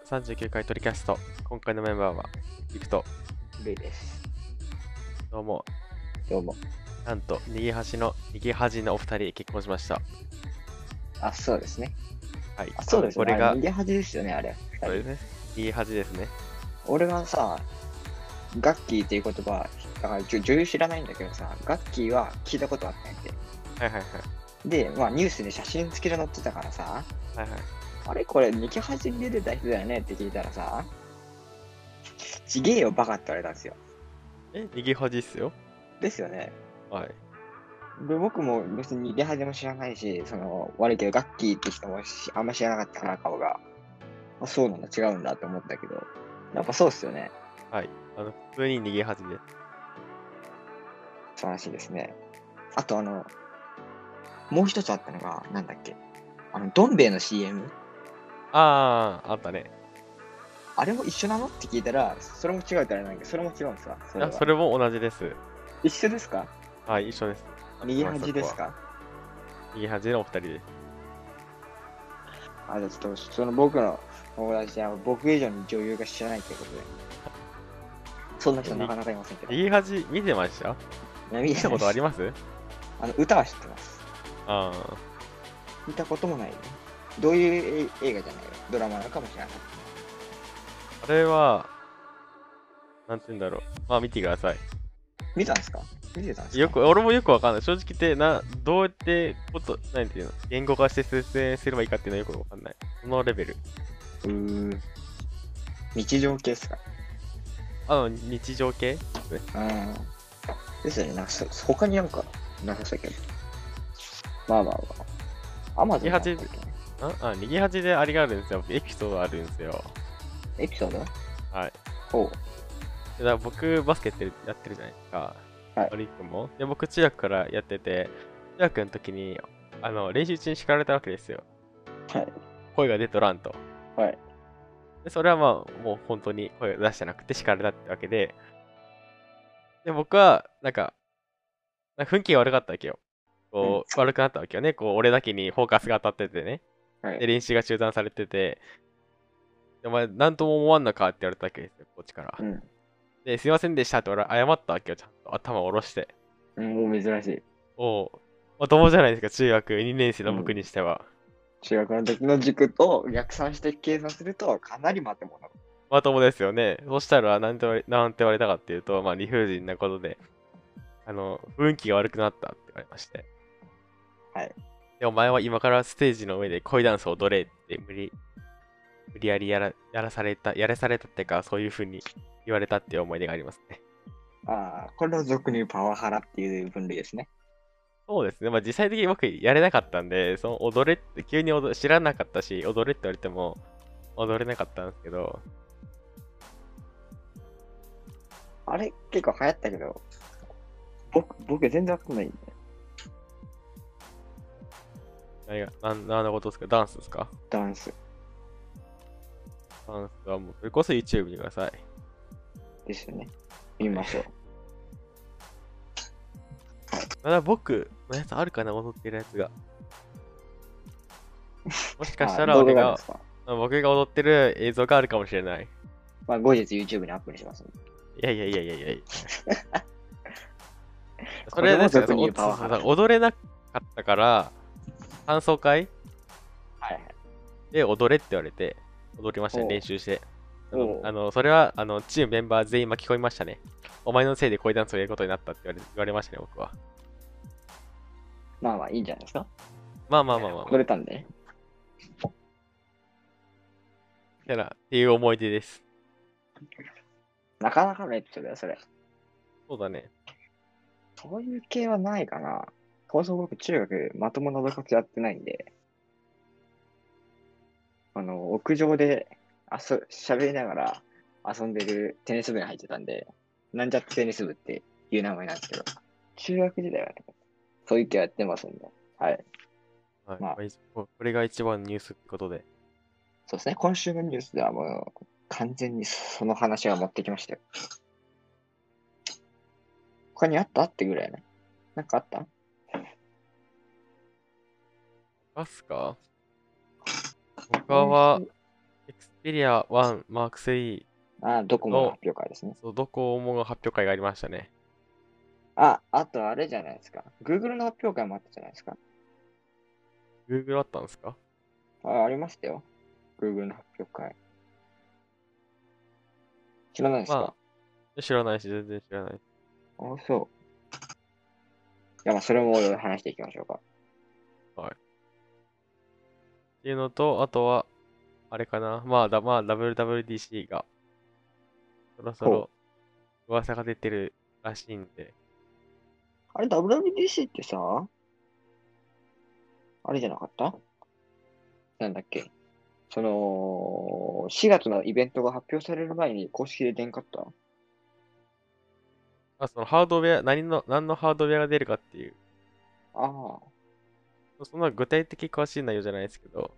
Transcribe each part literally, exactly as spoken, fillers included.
さんじゅうきゅうかいトリキャスト。今回のメンバーは、いくと、 ルイです。 どうも、 どうも。 なんと、逃げ端の、逃げ恥のお二人結婚しました。 あ、そうですね。 はい。 あ、そうですね。 これが、 あれ逃げ恥ですよね、あれ。 そうですね。逃げ恥ですね。 俺はさ、ガッキーっていう言葉、だから女女優知らないんだけどさ、ガッキーは聞いたことあったんやて。 はいはいはい。 で、まあニュースで写真付きで載ってたからさ、 はいはい。 あれこれ逃げ恥に出てた人だよねって聞いたらさ、ちげえよバカって言われたんですよ。 え、逃げ恥っすよ。 ですよね。 はい。 で僕も別に逃げ恥も知らないし、その悪いけどガッキーって人もしあんま知らなかったから顔が。あ、そうなんだ、違うんだって思ったけど、やっぱそうっすよね。 はい。あの、普通に逃げ恥で。 素晴らしいですね。あとあの、もう一つあったのが、なんだっけ。あの、どん兵衛の シーエム? あー、あったね。 あれも一緒なのって聞いたら、それも違うってあれなんだけど、それも違うんですかそれあ、 は。 それも同じです。 一緒ですかはい、一緒です。 右端ですか逃げ恥のお二人です。 あ、じゃあちょっと、その僕の友達は僕以上に女優が知らないということで。そんな人なかなかいませんけど。 逃げ恥見てました見見たことありますあの、歌は知ってます。 あー。 見たこともないよね。どういう映画じゃないよ。ドラマなのかもしれない。 あれは、なんて言うんだろう。まあ見てください。 見たんですか見てたんですかよく、俺もよくわかんない。正直言って、な、どうやって、こと、なんていうの、言語化して説明すればいいかっていうのはよくわかんない。そのレベル。 うーん。日常系ですかあの、日常系ですね。 うん。ですよね。なんかそ、他になんか、なさそうやけど。まあまあまあ。アマゾンだったっけねあ、あ、逃げ恥でありがあるんですよ。エピソードあるんですよ。 エピソードはい。 おう。 でだから僕、バスケやってるやってるじゃないですか。 はいマリックも。で、僕、中学からやってて、中学の時に、あの、練習中に叱られたわけですよ。 はい。 声が出とらんと。 はい。 で、それはまあ、もう本当に声を出してなくて叱られたってわけで、で、僕は、なんか、なんか雰囲気が悪かったわけよ。こう、悪くなったわけよね。こう、俺だけにフォーカスが当たっててね。で、 はい。 練習が中断されてて、でお前、なんとも思わんのかって言われたわけですよ、こっちから。 うん。 で、すいませんでしたって俺謝ったわけよ、ちゃんと頭を下ろして。 うんもう珍しい。 おう、まともじゃないですか、中学にねん生の僕にしては。 中学の時の塾と逆算して計算するとかなりまともなの。 まともですよね。そしたら、なんて言われなんて言われたかっていうと、まあ、理不尽なことで、あの、雰囲気が悪くなったって言われまして。 はい。 で、お前は今からステージの上で恋ダンスを踊れって無理、無理やりやらやらされた、やらされたってか、そういう風に言われたっていう思い出がありますね。 ああ、これを俗に言うパワハラっていう分類ですね。 そうですね。まあ実際的に僕やれなかったんで、その踊れって急に踊知らなかったし、踊れって言われても踊れなかったんですけど、 あれ結構流行ったけど、僕、僕全然わかんないんで。 何が、なん、なんのことですかダンスですかダンスダンスはもう、それこそ YouTube 見てください。 ですよね。見ましょう。 まだ僕のやつあるかな踊ってるやつが。もしかしたらあ動画俺が、 がですか僕が踊ってる映像があるかもしれない。 まあ後日 YouTube にアップにします、ね。 いやいやいやいやいやいや。そこれもれです俗に言うパワハラね、踊れなかったから、感想会はいはい。 で踊れって言われて、踊りましたね、 おう練習して。あおうの、あのそれは、あの、チームメンバー全員巻き込みましたね。お前のせいで恋ダンスをやることになったって言われ言われましたね、僕は。 まあまあいいんじゃないですか。 まあまあまあまあ、ま踊れたんでね。 あ。てなっていう思い出です。 なかなかのエピソードだよ、それ。 そうだね。 そういう系はないかな。放送僕中学まともな部活やってないんで、あの、屋上で遊、喋りながら遊んでるテニス部に入ってたんで、なんちゃってテニス部っていう名前なんですけど、中学時代はね、そういう系やってますんで、はい。 はい。 まあまあいここれが一番のニュースってことで。 そうですね、今週のニュースではもう完全にその話は持ってきましたよ。他にあったってぐらいね。なんかあったパスか他は、エクスペリアワンマークスリあ、ドコーの、 モの発表会ですね。 そう、ドコモの発表会がありましたね。 あ、あとあれじゃないですか。Google の発表会もあったじゃないですか。 Google あったんですか？ あ、ありましたよ。Google の発表会。知らないですか？ まあ、知らないし、全然知らない。 あ、そう。じゃあまあ、それも話していきましょうか。 はい。っていうのと、あとは、あれかな。まあ、だ、まあ、ダブリューダブリューディーシー が、そろそほう。 ろ噂が出てるらしいんで、 あれ、ダブリューダブリューディーシー ってさ、あれじゃなかった？なんだっけ。その、しがつのイベントが発表される前に公式で出んかった？ まあ、そのハードウェア、何の、何のハードウェアが出るかっていう、 ああ、 そんな具体的詳しい内容じゃないですけど、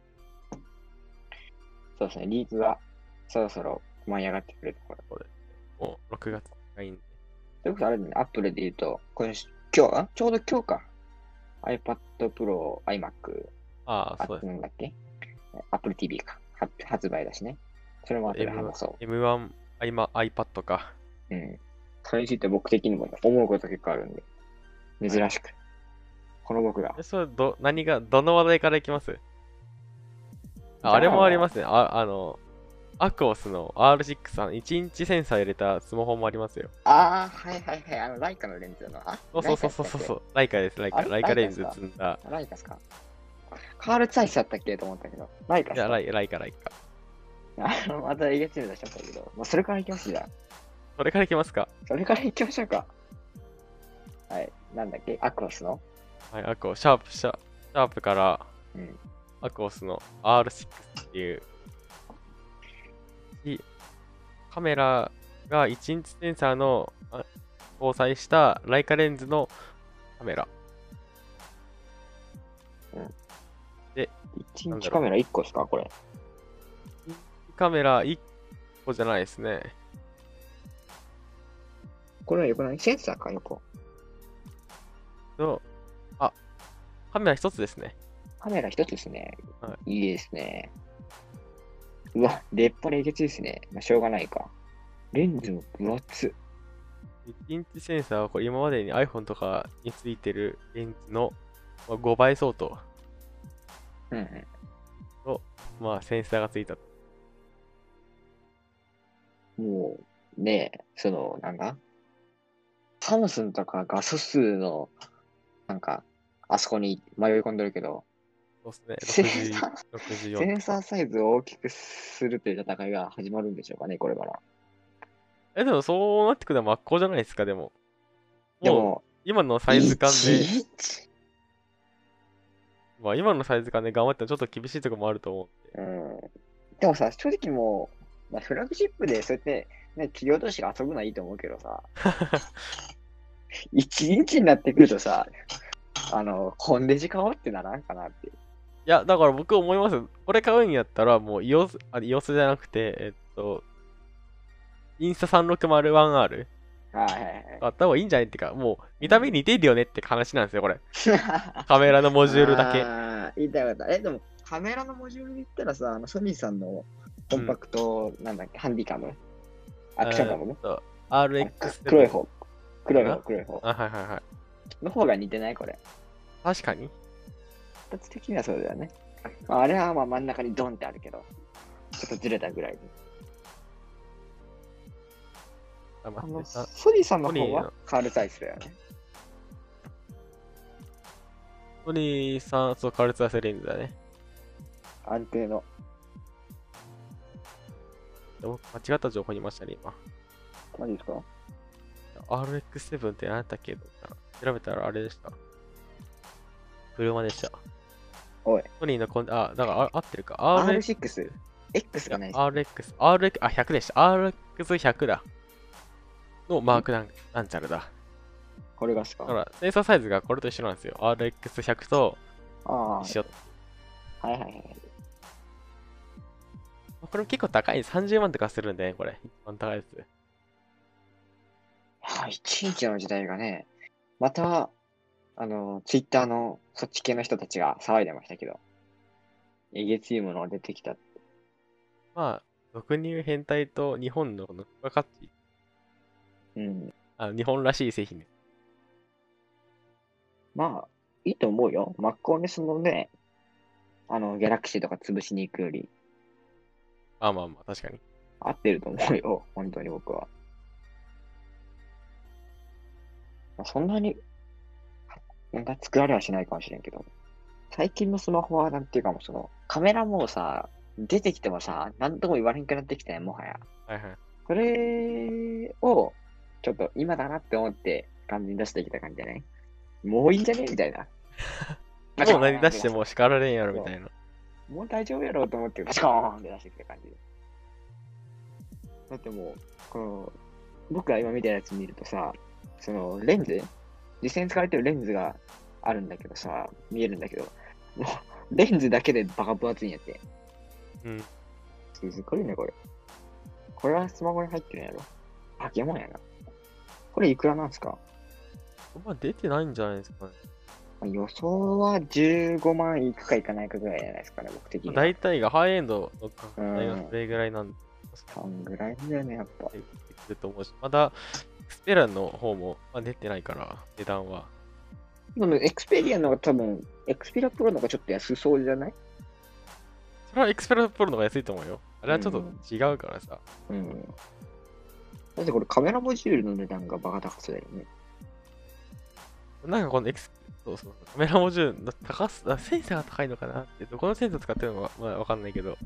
そうですね。リークがそろそろ舞い上がってくるところ。 そうですね。もうろくがつがいいんで。 それこそあれね、アップルで言うと、今週、今日、あちょうど今日か。iPad Pro、iMac、 ああ、 あ、 そうです。 なんだっけ ?Apple ティーブイ か。は発売だしね。それも後で M、 話そエムワン、今 iPad か。 う。うん。それについて僕的にもね思うこと結構あるんで、 はい。 珍しく。この僕が。 え、それ、ど、何が、どの話題からいきます？あ、あれじゃあももありますね。あ、あの、アクオスの アールシックス さん、いちインチセンサー入れたスマホもありますよ。 う、ああ、はいはいはい。あの、ライカのレンズの、あ、ライそうそうそうカでしたっけ？ そうそうそう。ライカです、ライカ。 あれライカレンズライカですか？ 積んだ。 ライカですか？カール・ツァイスだったっけと思ったけど、ライカいや、 ですか？ ライ、ライカ、ライカ。 あの、またえげついの出しちゃったけど、もうそれから行きますじゃあ。 それからいきますか。 それから行きましょうか。はい。なんだっけアクオスのはい、アクオ、シャープ、シャ、シャープからうん。 アクオスの アールシックス っていう、いカメラがいちインチセンサーのあ搭載したライカレンズのカメラ。 うん。 で、 いちイなんだろンチカメラいっこですかこれ。 う。カメラいっこじゃないですね。 これはよくない？センサーか、横。 と、あ、カメラひとつですね。 カメラ一つですね。 はい。 いいですね。うわ、出っ張りえげついですね。まあ、しょうがないか。レンズも分厚。 いちインチセンサーはこれ今までに iPhone とかについてるレンズのまあごばい相当うんうん。 の、まあ、センサーがついた。 もう、ねえ、その、なんだサムスンとか画素数の、なんか、あそこに迷い込んでるけど、 そうですね。 センろくじゅう、 サー、 ろくじゅうよんとか。 センサーサイズを大きくするという戦いが始まるんでしょうかね、これから。 え、でもそうなってくるのは真っ向じゃないですか、でも。もう、 でも、 今のサイズ感で、 いちいち、 まあ今のサイズ感で頑張ってもちょっと厳しいところもあると思うんで。 うん。でもさ、正直もう、まあ、フラグシップでそうやって、ね、企業同士が遊ぶのはいいと思うけどさ、一日になってくるとさ、あの、コンデジ買おうってならんかなって。 いや、だから僕思います。これ買うんやったら、もう イオス、あ、イオスじゃなくて、えっと、インスタ さんろくまるワンアールはいはいはい。 買った方がいいんじゃないってか、もう見た目うん。 似てるよねって話なんですよ、これ。カメラのモジュールだけ。 ああ、言いたいこと。え、でも、カメラのモジュールで言ったらさ、あのソニーさんのコうん。 ンパクト、なんだっけ、ハンディカムアクションえーっカムね。 と、 あれ、くアールエックスセブン黒い方。黒い方、 かな。 黒い方。 あ、はいはいはい。 の方が似てないこれ。 確かに。 形的にはそうだよね。まあ、あれはまあ真ん中にドンってあるけど、ちょっとずれたぐらいで。 あ、 あの、 待って、あ、 ソニーさんの方はソニーの、 カールサイズだよね。 ソニーさん、そう、カルツァセレンズだね。 安定の。 でも間違った情報にいましたね、今。 マジですか？ アールエックスセブン って何だったっけと思ったら調べたらあれでした。車でした。 おい。 ソニーのコン、あ、だからあ合ってるか。アールエックス、いアールシックス。X がや、 ないですね。 アールエックス、アールエックス、あ、ひゃくでした。アールエックスひゃく だ。のマークなん、なんちゃらだ。 これがっすか？ だから、センサーサイズがこれと一緒なんですよ。アールエックスひゃく とああ、はい一緒。 はいはい。 これも結構高い。さんじゅうまんとかするんでね、これ。一番高いやつ。 はい、一日の時代がね、また、あの、ツイッターのそっち系の人たちが騒いでましたけど、えげついものが出てきた。 まあ、 俗に言う変態と日本のこの付加価値、 うん。 あ、日本らしい製品ね。 まあ、いいと思うよ。真っ向にそのね、あの、ギャラクシーとか潰しに行くより、 あ、まあまあ、確かに。 合ってると思うよ。本当に僕は。まあそんなに、なんか作られはしないかもしれんけど、最近のスマホはなんていうかもうその、カメラもさ、出てきてもさ、なんとも言われんくなってきたよ、もはや。 はいはい。 それを、ちょっと今だなって思って感じに出してきた感じじゃない？もういいんじゃねみたいな。 もう何出しても叱られんやろみたいな。 もう大丈夫やろうと思って、バシコーンって出してきた感じで。だってもう、この、僕が今見てるやつ見るとさ、そのレンズ実際に使われてるレンズがあるんだけどさ、見えるんだけど、もう、レンズだけでバカ分厚いんやって。 うん。 すごいね、これ。これはスマホに入ってるんやろ。化け物やな。これいくらなんすか？ まあ出てないんじゃないですかね。 予想はじゅうごまんいくかいかないかぐらいじゃないですかね、僕的には。 大体がハイエンドの価格帯がうんそれぐらいなんで、 そんぐらいだよね、やっぱ。 出てくると思うし、まだスペラの方も、まあ、出てないから、値段は。 でも、エクスペリアの方が多分、エクスペリアプロの方がちょっと安そうじゃない？ それはエクスペラプロの方が安いと思うよ。あれはちょっと違うからさ。 うん。だってこれカメラモジュールの値段がバカ高そうだよね。 なんかこのエクス、そうそうそう、カメラモジュールの高す、あセンサーが高いのかなって、どこのセンサー使ってるのかまあわかんないけど。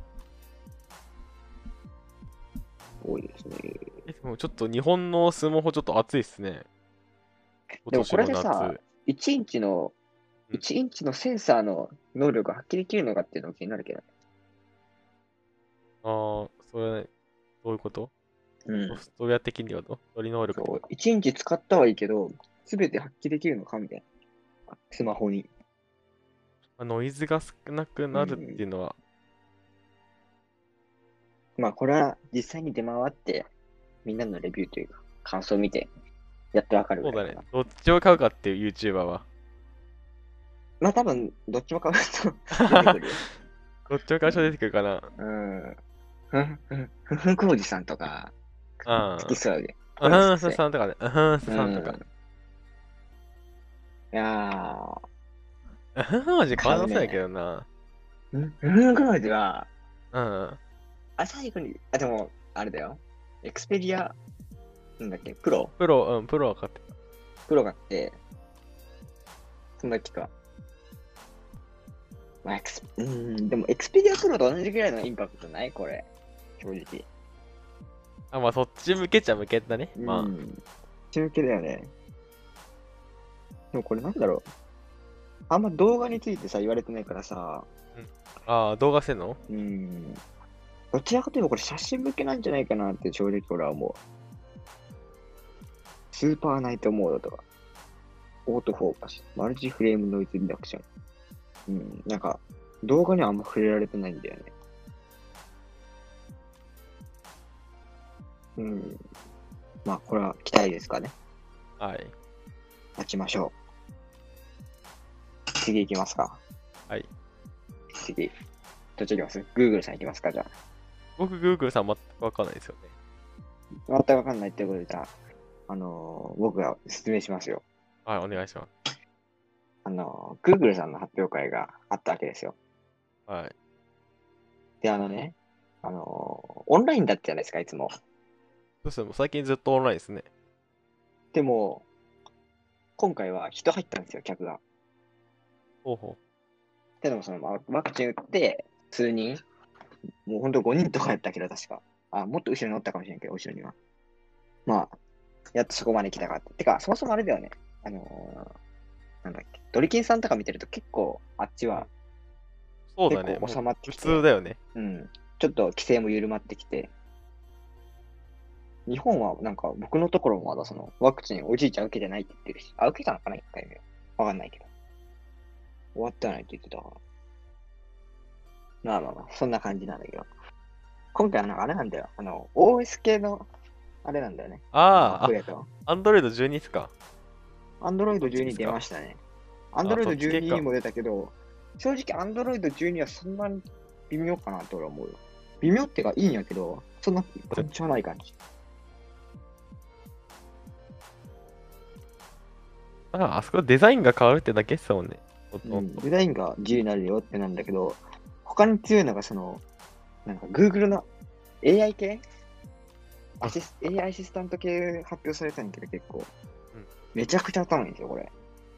多いですね。 え、でもちょっと日本のスマホちょっと熱いっすね。 でもこれで今年のさ夏、 いちインチの、 うんいちインチのセンサーの能力が発揮できるのかっていうのが気になるけど。 ああ、それ、どういうことうんソ。フトウェア的にはど処理能力とそうか。、 いちインチ使ったはいいけど、すべて発揮できるのかみたいな。スマホに。 まあノイズが少なくなるっていうのは、 まあこれは実際に出回って、みんなのレビューというか、感想を見て、やっとわかるそうだぐらいかな。。 ねどっちを買うかっていう YouTuber は。 まあ多分、どっちも買うと出てくるよ。 どっちを買う人出てくるかな。 うん。ふん、ふん、ふんふんこうじさんとか、 あ好きそうで。 あ。うん、すさんとかね。うん、すうさんとか。 ん。いやうん、マジ買わなそうやけどな。 ー、ふんふんこうじは、 うん。 あ、最後に、あ、でも、あれだよ。エクスペリア、なんだっけ、プロプロ、うん、プロは買ってた。 プロがあって、その時か。まあ、エクス、うーん、でもエクスペリアプロと同じぐらいのインパクトないこれ。正直。 あ、まあそっち向けちゃ向けだね。まうん。中継だよね。でもこれなんだろう。あんま動画についてさ、言われてないからさ、 あ。ああ、動画せんのうん。どちらかといえばこれ写真向けなんじゃないかなって正直俺は思う。スーパーナイトモードとか、オートフォーカス、マルチフレームノイズリダクション。うん、なんか、動画にはあんま触れられてないんだよね。うん。まあ、これは期待ですかね。 はい。 待ちましょう。次行きますか。 はい。 次。どっち行きます？ Google さん行きますかじゃあ。 僕、Google さん全くわかんないですよね。 全くわかんないってことで、じゃあ、あのー僕が説明しますよ。 はい、お願いします。 あのー Google さんの発表会があったわけですよ。 はい。 で、あのね、あのーオンラインだったじゃないですか、いつも。 そうですね、もう最近ずっとオンラインですね。 でも、今回は人入ったんですよ、客が。 ほうほでもそのワワクチン打って数人、もうほんとごにんとかやったけど確か。あ、もっと後ろにおったかもしれんけど、後ろには。まあ、やっとそこまで来たかって。てか、そもそもあれだよね。あのー、なんだっけ。ドリキンさんとか見てると結構あっちは、 う。そうだね。 結構収まってもう普きて通だよね。 うん、ちょっと規制も緩まってきて、日本はなんか僕のところもまだそのワクチンおじいちゃん受けてないって言ってるし、あ、受けたのかな、一回目。わかんないけど。終わってはないって言ってたから。まあまあまあ、そんな感じなんだけど。今回はなんかあれなんだよ。あの、オーエス 系の、あれなんだよね。 あアップデート。 あ、Android じゅうにっすか。 Android じゅうに出ましたね。Android じゅうにも出たけど、正直 Android じゅうにはそんなに微妙かなと俺は思うよ。 微妙ってかいいんやけど、そんなパンチはない感じ。 あ、あそこデザインが変わるってだけっすもんね。 うん、デザインが自由になるよってなんだけど、他に強いのがその、なんか Google の エーアイ 系アシス エーアイ アシスタント系発表されたんやけど結構、 うん、 めちゃくちゃ頭いいんですよ、これ。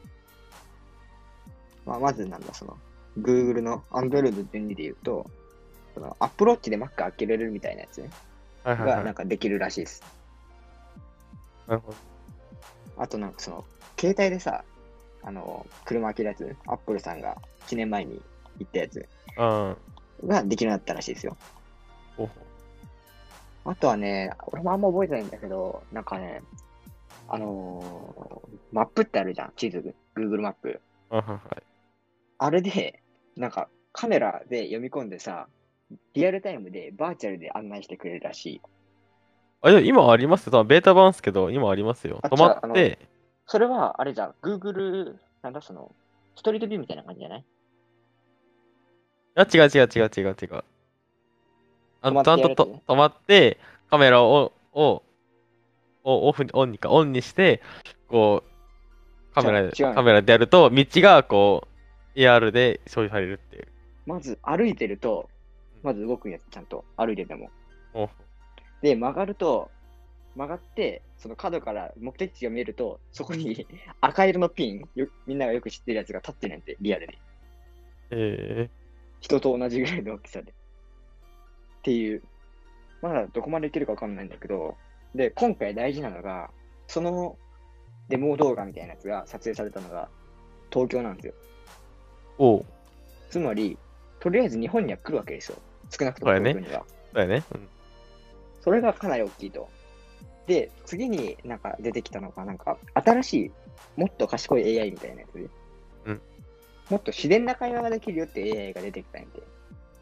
まあ、まずなんだ、その、Google の Android じゅうにで言うと、その Apple Watch で Mac 開けれるみたいなやつね、 はいはいはい。 がなんかできるらしいです。 なるほど。 あとなんかその、携帯でさ、あの、車開けるやつ、Apple さんがいちねんまえに言ったやつあができるようになったらしいですよ。 おほあとはね、俺もあんま覚えてないんだけど、なんかね、あのーマップってあるじゃん、地図、Google マップ。 あはいはい。 あれで、なんかカメラで読み込んでさ、リアルタイムでバーチャルで案内してくれるらしい。 あ、いや、今ありますよ。多分ベータ版っすけど、今ありますよ。 あ、 止まじゃあ、あの、 って、 それはあれじゃん、Google、なんだその、ストリートビューみたいな感じじゃない？ あ、違う違う違う違う違う。あの、 止まっちゃんととてやるやつね。 止まって、カメラを、を、をオフに、オンにか、オンにして、こう、カじゃあ、 メラで、 違うの。 カメラでやると、道が、こう、エーアール で表示されるっていう。 まず歩いてると、 うんまず動くんやつ、ちゃんと歩いてても。 おで、曲がると、曲がって、その角から目的地が見えると、そこに赤色のピン、よみんながよく知ってるやつが立ってるんやて、リアルに。 え人と同じぐらいの大きさで。っていう、まだどこまでいけるかわかんないんだけど、で、今回大事なのが、そのデモ動画みたいなやつが撮影されたのが東京なんですよ。 ー、おう、 つまり、とりあえず日本には来るわけですよ。少なくとそうやね。 も東京には。 そうやね。うん。 それがかなり大きいと。で、次になんか出てきたのが、なんか新しい、もっと賢い エーアイ みたいなやつで、 うん。 もっと自然な会話ができるよって エーアイ が出てきたんで、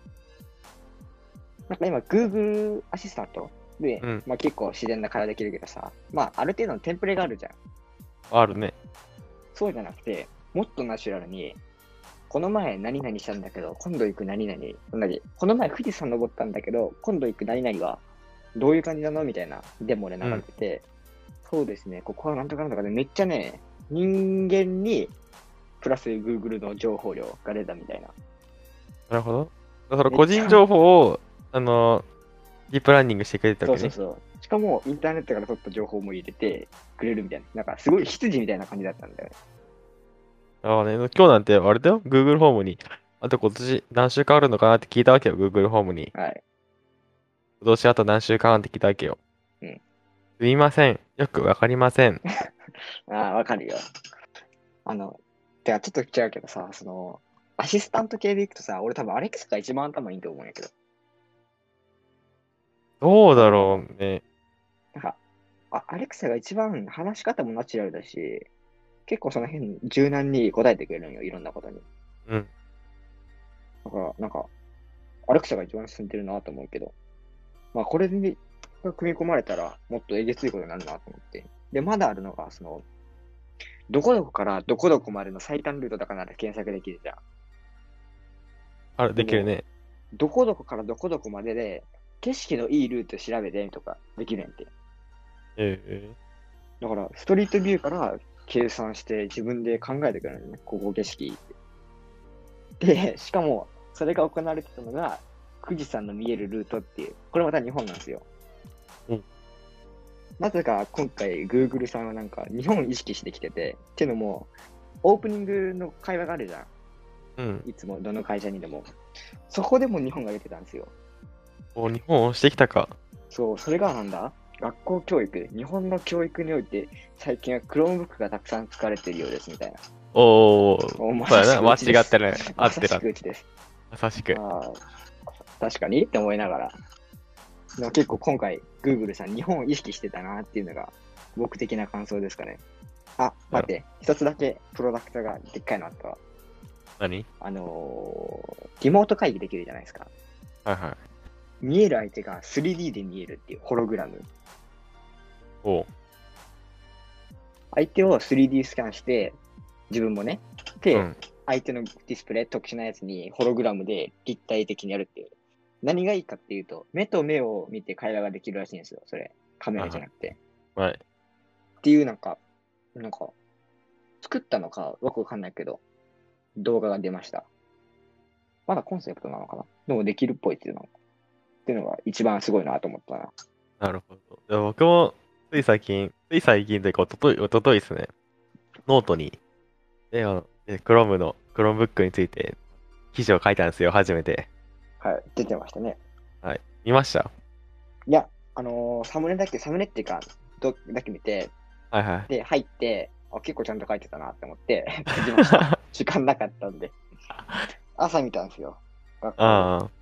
なんか今 Google アシスタントで、 うん。 まあ結構自然な会話できるけどさ、まあある程度のテンプレがあるじゃん。 あるね。 そうじゃなくて、もっとナチュラルに、この前何々したんだけど、今度行く何々、同じ、この前富士山登ったんだけど、今度行く何々はどういう感じなのみたいなデモで流れてて、そうですね、ここはなんとかなんとかで、めっちゃね、人間にプラス Google の情報量が出たみたいな。 なるほど。だから個人情報を、あの、ディープランニングしてくれてたわけね。 そうそうそう。しかも、インターネットから取った情報も入れてくれるみたいな。なんか、すごい羊みたいな感じだったんだよね。 ああね、今日なんてあれだよ。Google ホームに、あと今年何週間あるのかなって聞いたわけよ。Google ホームに。 はい。 今年あと何週間って聞いたわけよ。 うん。 すみません。よくわかりません。 ああ、わかるよ。あの、てか、ちょっと違うけどさ、その、アシスタント系でいくとさ、俺多分アレクサが一番頭いいと思うんやけど。 どうだあの、 ろうね。 なんか、あアレクサが一番話し方もナチュラルだし、結構その辺柔軟に答えてくれるんよ、いろんなことに。 うん。 だから、なんか、アレクサが一番進んでるなと思うけど、まあ、これに組み込まれたら、もっとえげついことになるなと思って。で、まだあるのが、その、どこどこからどこどこまでの最短ルートとかなら検索できるじゃん。 あれ、 でも、 できるね。 どこどこからどこどこまでで、景色のいいルート調べてとかできるんやて。 ええだから、ストリートビューから計算して自分で考えてくれるのね。ここ景色いいって。で、しかも、それが行われてたのが、富士山の見えるルートっていう、これまた日本なんですよ。 うんなぜか今回 Google さんはなんか日本意識してきてて、っていうのも、オープニングの会話があるじゃん。 うん。 いつもどの会社にでも。そこでも日本が出てたんですよ。 お、日本押してきたか。 そう、それがなんだ学校教育、日本の教育において最近は Chromebook がたくさん使われているようですみたいな。 おー、 おまそうやな。間さしくうちです違ってない。合まさしってた。 くうちです。 まさしく。 ああ、確かにって思いながら。でも結構今回 Google さん日本を意識してたなっていうのが僕的な感想ですかね。あ、待って、一つだけプロダクトがでっかいのあったわ。 何あのー、リモート会議できるじゃないですか。 はいはい。 見える相手が スリーディー で見えるっていうホログラム。 おう。 相手を スリーディー スキャンして、自分もね。で、 うん。 相手のディスプレイ、特殊なやつにホログラムで立体的にやるっていう。 何がいいかっていうと、目と目を見て会話ができるらしいんですよ。それ。カメラじゃなくて。 はい。 っていうなんか、なんか、作ったのかよくわかんないけど、動画が出ました。まだコンセプトなのかなでもできるっぽいっていうのっていうのが一番すごいなと思ったな。 なるほど。で僕も、つい最近、つい最近というか、おととい、おとといですね。ノートに、で、あの、で Chrome の、Chromebook について記事を書いたんですよ、初めて。 はい、出てましたね。 はい。見ました？ いや、あのーサムネだけ、サムネっていうか、どだけ見て、 はいはい。 で、入って、あ、結構ちゃんと書いてたなって思って書きました。時間なかったんで。朝見たんですよ。学校で。 ああ。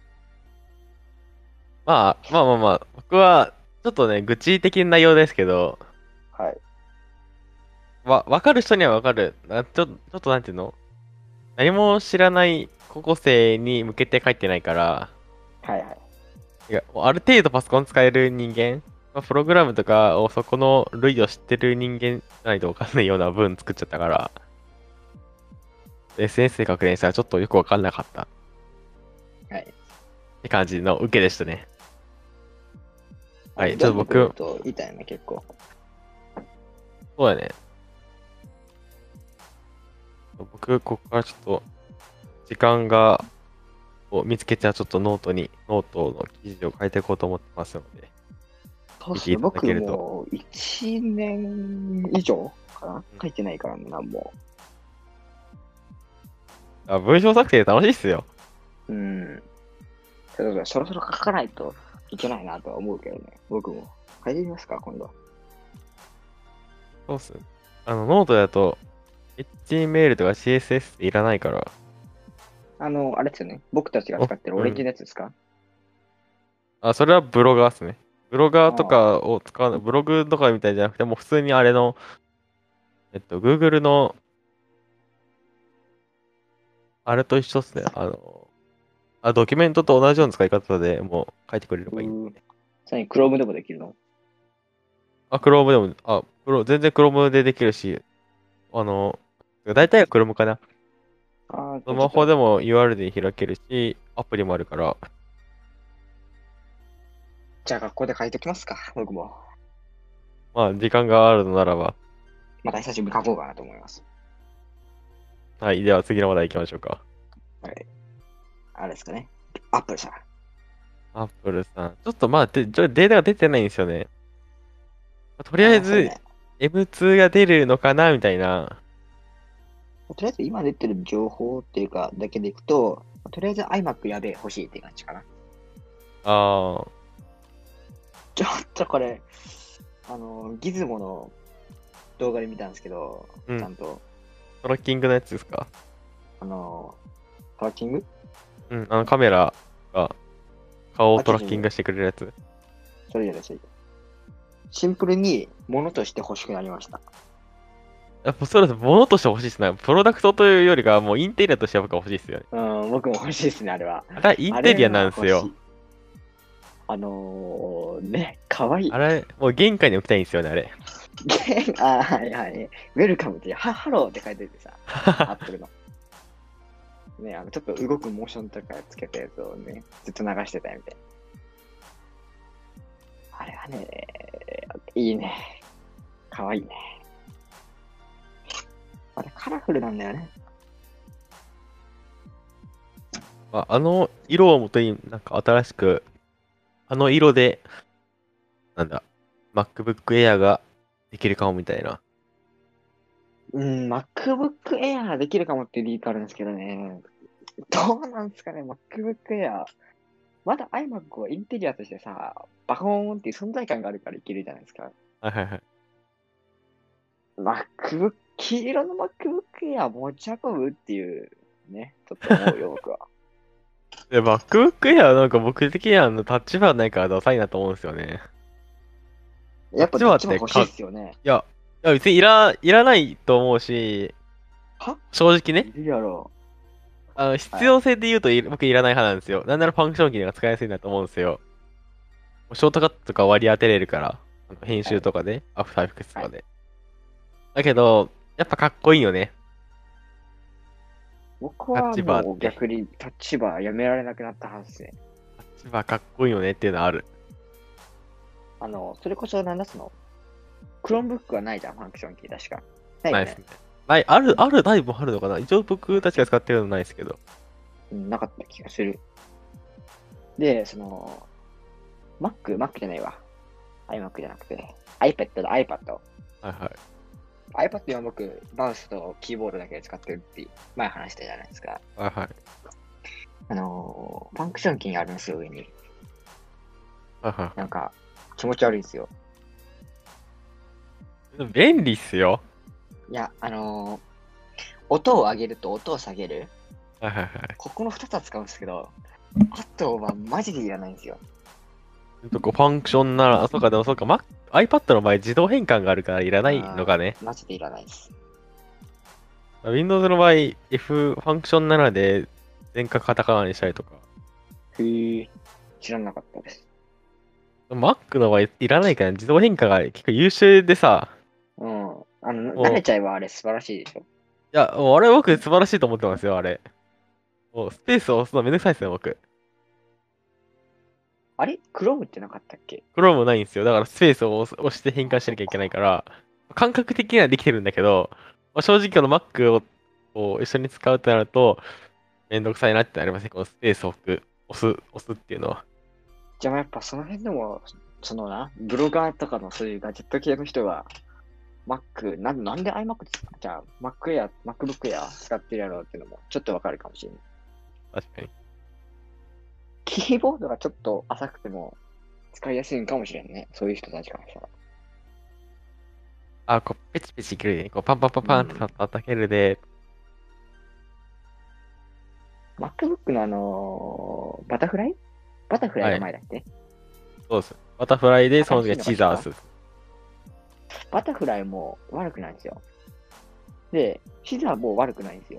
まあ、まあまあまあ、僕は、ちょっとね、愚痴的な内容ですけど、 はい。 わ、わかる人にはわかる。なちょ、ちょっとなんていうの何も知らない高校生に向けて書いてないから、 はいはい。 いや、もうある程度パソコン使える人間、まあ、プログラムとかをそこの類を知ってる人間じゃないとわかんないような文作っちゃったから、エスエヌエス で確認したらちょっとよくわかんなかったっはい。 て感じの受けでしたね。はい、ちょっと僕、 どういうこと言いたいね、結構。 そうだね。僕、ここからちょっと、時間が、を見つけてはちょっとノートに、ノートの記事を書いていこうと思ってますので、 そうっすね。 見ていただ僕けると。 もいちねん以上かなうん書いてないからな、もあ、文章作成楽しいっすよ。 う。うん。ただそろそろ書かないといけないなとは思うけどね。僕も。書いてみますか、今度。 そうっすね。あの、ノートだと、エイチティーエムエル とか シーエスエス っていらないから。 あの、あれですよね。僕たちが使ってるオレンジのやつですか、 あ、それはブロガーっすね。ブロガーとあかを使うの、ブログとかみたいじゃなくて、もう普通にあれの、えっと、Google の、あれと一緒っすね。あの、あ、ドキュメントと同じような使い方でもう書いてくれれあ。 ばいい。 うーさらに Chrome でもできるのあ、Chrome でも、あ、クロ全然 Chrome でできるし、あの、大体は Chrome かな。 ああ、 スマホでも ユーアールエル で開けるし、アプリもあるから、 じゃあ学校で書いておきますか、僕も。 まあ、時間があるのならば。 また久しぶりに書こうかなと思います。 はい、では次の話題行きましょうか。 はい。あれですかね。アップルさん。 アップルさん。ちょっとまあ、でちょデータが出てないんですよね。とりあえず、 あーそうねエムツー が出るのかなみたいな。 とりあえず今出てる情報っていうか、だけでいくと、とりあえず iMac やべえ欲しいって感じかな。 ああ、 ちょっとこれ、あの、ギズモの動画で見たんですけど、 うんちゃんと、 トラッキングのやつですか？ あの、トラッキングうん、あのカメラが顔をトラッキングしてくれるやつ。 それじゃないそれじゃないシンプルに物として欲しくなりました。 やっぱそれは物として欲しいっすね。プロダクトというよりかはもうインテリアとして僕は欲しいっすよね。 うん、僕も欲しいですね、あれは。 あれはインテリアなんですよ。 あのー、ね、かわいい。 あれ、もう玄関に置きたいんですよね、あれ。 あ、はいはい。ウェルカムって、は、ハローって書いててさ、アップルの。ね、あの、ちょっと動くモーションとかつけたやつをね、ずっと流してたみたいな。あれはね、いいね。かわいいね。あれカラフルなんだよね。 ああの色をもとになんか新しく、あの色で、なんだ、MacBook Air ができるかもみたいな。 うん、MacBook Air できるかもっていうリークあるんですけどね。どうなんですかね、MacBook Air。まだ iMac はインテリアとしてさ、バコーンっていう存在感があるからいけるじゃないですか。 はいはいはい。 MacBook、黄色の MacBook Air 持ち運ぶっていうね、ちょっと思うよ、僕は。 で、MacBook Air はなんか僕的にはあのタッチバーないからダサいなと思うんですよね。 やっぱタッチバーどっちも欲しいっすよね。 いや、いや別にいら、いらないと思うし、 は正直ね、 いるやろ。 あの必要性で言うとい僕いらない派なんですよ。なんならファンクションキーが使いやすいなと思うんですよ。ショートカットとか割り当てれるから、あの編集とかで、アフターエフェクツとかで。だけど、やっぱかっこいいよね。 僕はタッチバーってもう逆にタッチバーやめられなくなったはずですね。 タッチシバかっこいいよねっていうのはある。 あの、それこそなんだその、クロームブックはないじゃん、ファンクションキー確か。ないよね。 ないですね。ない、ある、あるタイプもあるのかな。一応僕たちが使ってるのないですけど。 うん、なかった気がする。で、その、Mac、Mac じゃないわ。iMac じゃなくて、iPad だ、iPad。 はいはい。 iPad は僕、マウスとキーボードだけで使ってるって前話したじゃないですか。 はいはい。 あのー、ファンクションキーがあるんですよ、上に。 はいはなんか、気持ち悪いんですよ。 い。便利っすよ。 いや、あのー、音を上げると音を下げる。 はいはいはい。 ここのふたつは使うんですけど、あとはマジでいらないんですよ。 とこうファンクションなら、あ、そうか、でもそうか、Mac、iPad の場合自動変換があるからいらないのかね。 マジでいらないです。 Windows の場合、F ファンクションななで全角カタカナにしたりとか。 へえ、知らなかったです。 Mac の場合いらないから自動変換が結構優秀でさ。 うん。あの、 もう慣れちゃえばあれ素晴らしいでしょ。 いや、もうあれ僕素晴らしいと思ってますよ、あれ。もうスペースを押すのめんどくさいですよ、僕。 あれクロームってなかったっけ？ Chrome ないんですよ。だからスペースを押押して変換しなきゃいけないから、感覚的にはできてるんだけど、まあ、正直この Mac をこう一緒に使うとなると、めんどくさいなってなりますね。このスペースを置く、押す、押すっていうのは。 じゃあやっぱその辺でも、そのな、ブロガーとかのそういうガジェット系の人は、Mac、なんなんで iMac 使じゃあ Mac Air、MacBook Air 使ってるやろうっていうのもちょっとわかるかもしれない。 確かに。 キーボードがちょっと浅くても使いやすいんかもしれんね。そういう人たちからしたら。 あ、こう、ペチペチいけるね。こう、パンパンパンパンってうんた叩けるで、 MacBook のあのーバタフライバタフライが前だっけ、 そうです。バタフライで、その次は新しいのが来たチザース。 バタフライも悪くないんですよ。で、シザーも悪くないんですよ。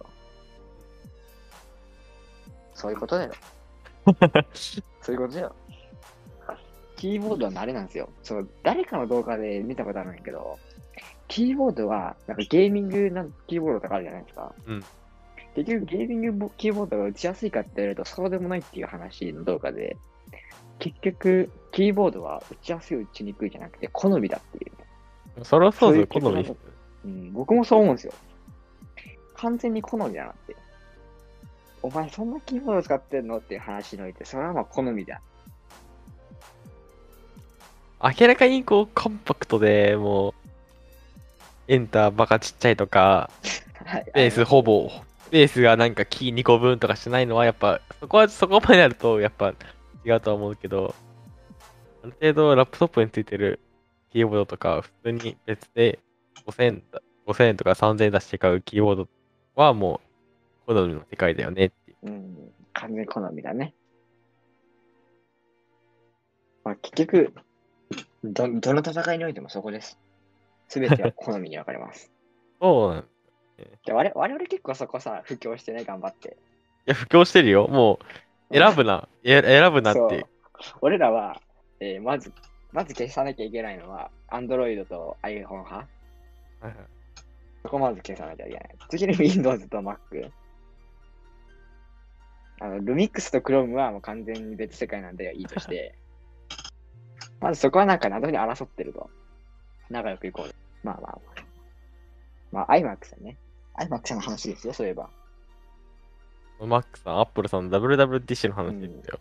そういうことだよ。そういうことだよ。キーボードは慣れなんですよ。その誰かの動画で見たことあるんやけど、キーボードは、なんかゲーミングなキーボードとかあるじゃないですか。 うん。 結局ゲーミングキーボードが打ちやすいかって言われるとそうでもないっていう話の動画で、結局、キーボードは打ちやすい打ちにくいじゃなくて好みだっていう。 それはそうですよ、 そういう好みです。 うん、僕もそう思うんですよ。完全に好みだなって。お前そんなキーボード使ってんのっていう話において、それはまあ好みだ。 明らかにこう、コンパクトでもう、エンターバカちっちゃいとか、 はい。 ベースほぼ、ベースがなんかキーにこぶんとかしてないのは、やっぱ、そこは、そこまでなると、やっぱ違うとは思うけど、ある程度ラップトップについてるキーボードとか、普通に別でごせん、ごせんえんとかさんぜんえん出して買うキーボードはもう、好みの世界だよねっていう。 うん、完全好みだね。まあ結局、ど、どの戦いにおいてもそこです。すべては好みに分かれます。 そうなんで我々我々結構そこさ、布教してね、頑張って。 いや、布教してるよ。もう、選ぶな。え選ぶなっていう。 俺らは、えーまず、まず消さなきゃいけないのは、Android と iPhone 派。 はいはいそこまず消さなきゃいけない。次に Windows と Mac。あの、Lumix と Chrome はもう完全に別世界なんでいいとして、まずそこはなんか謎に争ってると。仲良くいこう。まあまあまあ。まあ、iMac さんね。iMac さんの話ですよ、そういえば。 マックさん、アップルさん、ダブリューダブリューディッシュの話ですよ。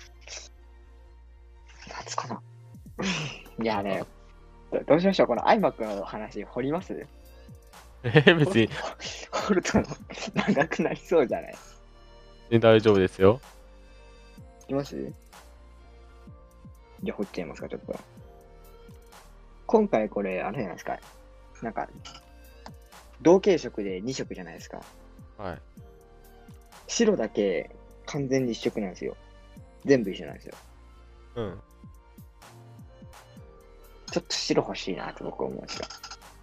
夏かな。いやねど、どうしましょう、この iMac の話、掘りますえー、別に、 掘ると長くなりそうじゃないね、大丈夫ですよ。 いきますじゃあ掘っちゃいますか、ちょっと。今回これ、あれじゃないですか。なんか、同系色でに色じゃないですか。 はい。 白だけ完全に一色なんですよ。全部一緒なんですよ。 うん。 ちょっと白欲しいなと僕思いました。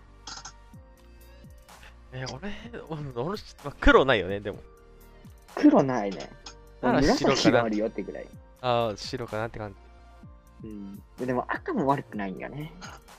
えー、俺、俺、まあ黒ないよね、でも。 黒ないね。 なら白かな紫があるよってぐらい。 ああ、白かなって感じ。 うん。でも赤も悪くないんよね。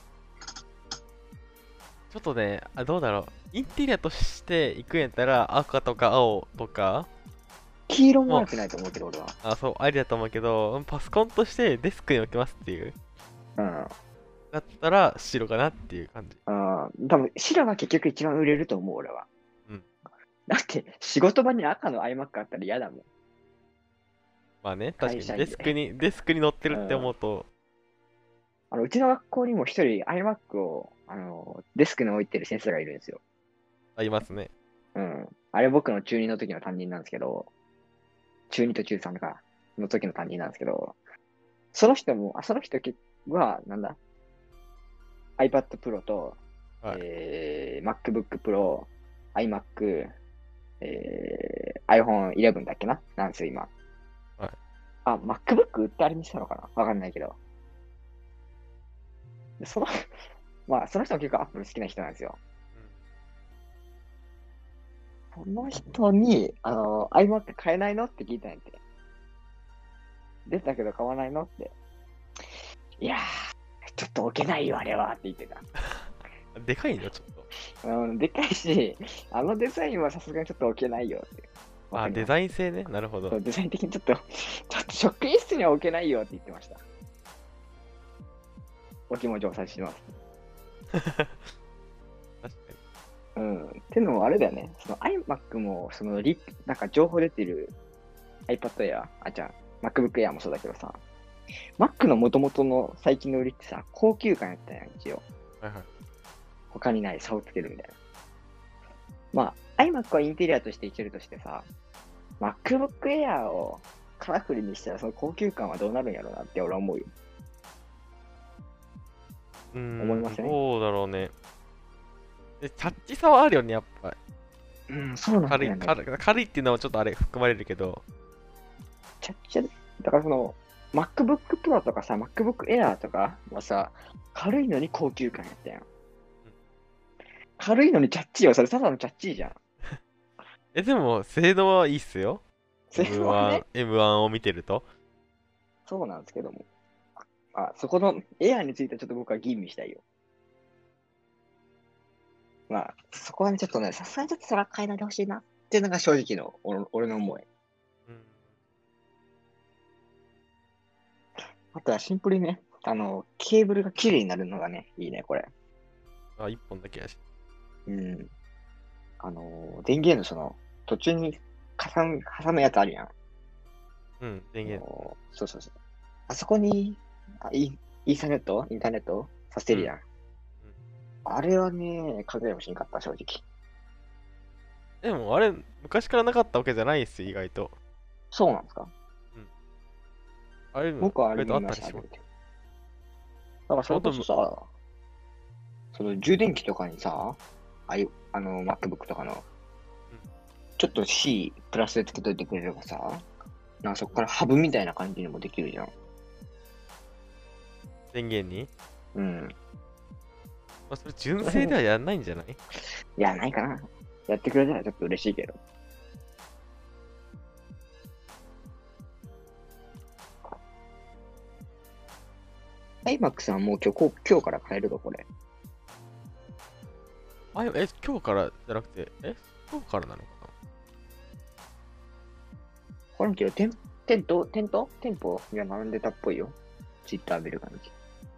ちょっとね、あ、どうだろう。インテリアとして行くんやったら、赤とか青とか、 黄色ももう、 悪くないと思うけど、俺は。 あ、そう、ありだと思うけど、パソコンとしてデスクに置きますっていう。 うん。 だったら白かなっていう感じ。 あー多分、白が結局一番売れると思う、俺は。 うん。 だって、仕事場に赤の iMac あったら嫌だもん。 まあね、確会かに社員で。 デスクに、デスクに乗ってるってうん。 思うと、 あの、うちの学校にも一人 iMac を、あの、デスクに置いてる先生がいるんですよ。 ありますね。 うん。あれ僕の中にの時の担任なんですけど、中にと中さんか、の時の担任なんですけど、その人も、あ、その人は、なんだ ?iPad Pro と、 はい。 えー、MacBook Pro、iMac、えー、iPhone じゅういちだっけななんですよ、今。 はい。 あ、MacBook 売ってあれにしたのかなわかんないけど。でその、まあ、その人も結構 Apple 好きな人なんですよ。その人に、あの、iMac 買えないのって聞いたんやって。出たけど買わないのって。いやー、ちょっと置けないよ、あれはって言ってた。 うん。でかいんだ、ちょっと。 うん、でかいし、あのデザインはさすがにちょっと置けないよって。わかあ、 ります。 デザイン性ね。なるほど。 そうデザイン的にちょっと、ちょっと職員室には置けないよって言ってました。お気持ちをお察しします。 確かに。 うん。ってのもあれだよね。その iMac も、そのリ、なんか情報出てる iPad Air、あ、じゃあ、MacBook Air もそうだけどさ、Mac の元々の最近の売りってさ、高級感やったやん、一応。 はいはい。 他にない差をつけるみたいな。まあ、iMac はインテリアとしていけるとしてさ、MacBook Air をカラフルにしたらその高級感はどうなるんやろうなって俺は思うよ。 うーん、 思いません？ どうだろうね。で、タッチ差はあるよね、やっぱ。 うん、そうなん軽い、 だよね。 軽い、軽いっていうのはちょっとあれ含まれるけど、 ちゃっちゃ、だからその、MacBook Pro とかさ、MacBook Air とかはさ、軽いのに高級感やったやん。軽いのにチャッチーよ、それただのチャッチーじゃん。 え、でも、性能はいいっすよ。 それはエムワン、 ね、 エムワン を見てると。 そうなんですけども。あ、そこの Air についてはちょっと僕は吟味したいよ。まあ、そこはね、ちょっとね、さすがにちょっとそれは変えないでほしいなっていうのが正直の俺俺の思い。 うん。 あとはシンプルにね、あの、ケーブルが綺麗になるのがね、いいね、これ。 あ、一本だけやし。 うん。あの、電源のその、途中に挟む、挟むやつあるやん。 うん、電あ源。 のそうそうそう。あそこに、あイイーサネットインターネットさせてうん。うん。 るやん。あれはね、考えもしんかった、正直。 でも、あれ、昔からなかったわけじゃないっすよ、意外と。 そうなんですか？ うん。ああいうの、 僕はあ意外とあれ見ました、 ったりします。 初めて。だからそれほんと、むこそさ、その充電器とかにさ、ああいう、あの、MacBook とかの、 うん、 ちょっと C プラスでつけといてくれればさ、なんかそこからハブみたいな感じにもできるじゃん。 電源に。 うん。 まあ、それ純その辺、 正ではやんないんじゃない？ いや、ないかな。やってくれたらちょっと嬉しいけど。iMac さんもう今日、こう今日から買えるのこれ。 あ、え、今日からじゃなくて、え、今日からなのかこれもけど、店、店頭、店頭店舗には並んでたっぽいよ。ツイッター見る感じ。